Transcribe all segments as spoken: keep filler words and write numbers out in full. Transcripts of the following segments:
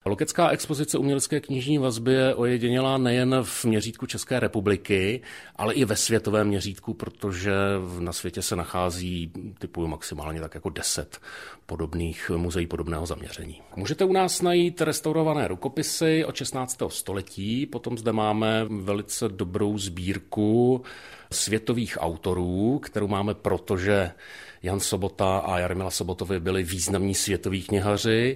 Lokecká expozice umělecké knižní vazby je ojedinělá nejen v měřítku České republiky, ale i ve světovém měřítku, protože na světě se nachází typu maximálně tak jako deset podobných muzeí podobného zaměření. Můžete u nás najít restaurované rukopisy od šestnáctého století, potom zde máme velice dobrou sbírku světových autorů, kterou máme proto, že Jan Sobota a Jarmila Sobotovi byli významní světoví knihaři,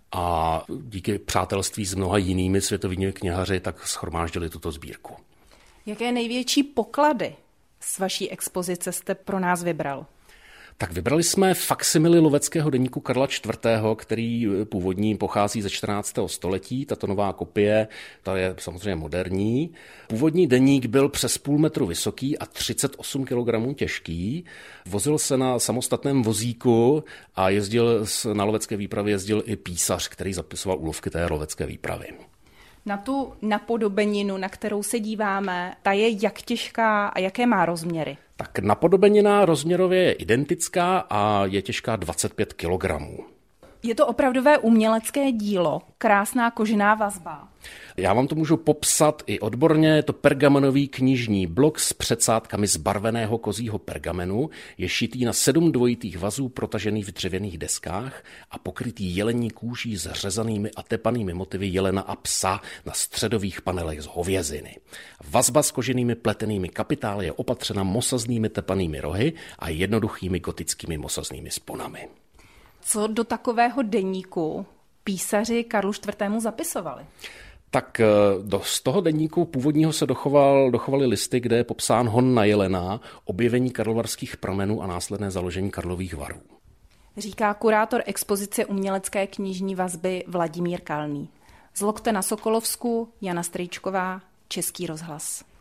a díky přátelství s mnoha jinými světovými knihaři tak shromáždili tuto sbírku. Jaké největší poklady z vaší expozice jste pro nás vybral? Tak vybrali jsme faksimily loveckého deníku Karla čtvrtého., který původní pochází ze čtrnáctého století. Tato nová kopie, ta je samozřejmě moderní. Původní deník byl přes půl metru vysoký a třicet osm kilogramů těžký. Vozil se na samostatném vozíku a jezdil na lovecké výpravě jezdil i písař, který zapisoval úlovky té lovecké výpravy. Na tu napodobeninu, na kterou se díváme, ta je jak těžká a jaké má rozměry? Tak napodobenina rozměrově je identická a je těžká dvacet pět kilogramů. Je to opravdové umělecké dílo, krásná kožená vazba. Já vám to můžu popsat i odborně. Je to pergamenový knižní blok s předsádkami z barveného kozího pergamenu. Je šitý na sedm dvojitých vazů protažených v dřevěných deskách a pokrytý jelení kůží s řezanými a tepanými motivy jelena a psa na středových panelech z hověziny. Vazba s koženými pletenými kapitály je opatřena mosaznými tepanými rohy a jednoduchými gotickými mosaznými sponami. Co do takového deníku písaři Karlu čtvrtému zapisovali? Tak do, z toho deníku původního se dochoval, dochovaly listy, kde je popsán hon na jelena, objevení karlovarských pramenů a následné založení Karlových varů. Říká kurátor expozice umělecké knižní vazby Vladimír Kalný. Z lokte na Sokolovsku Jana Strýčková, Český rozhlas.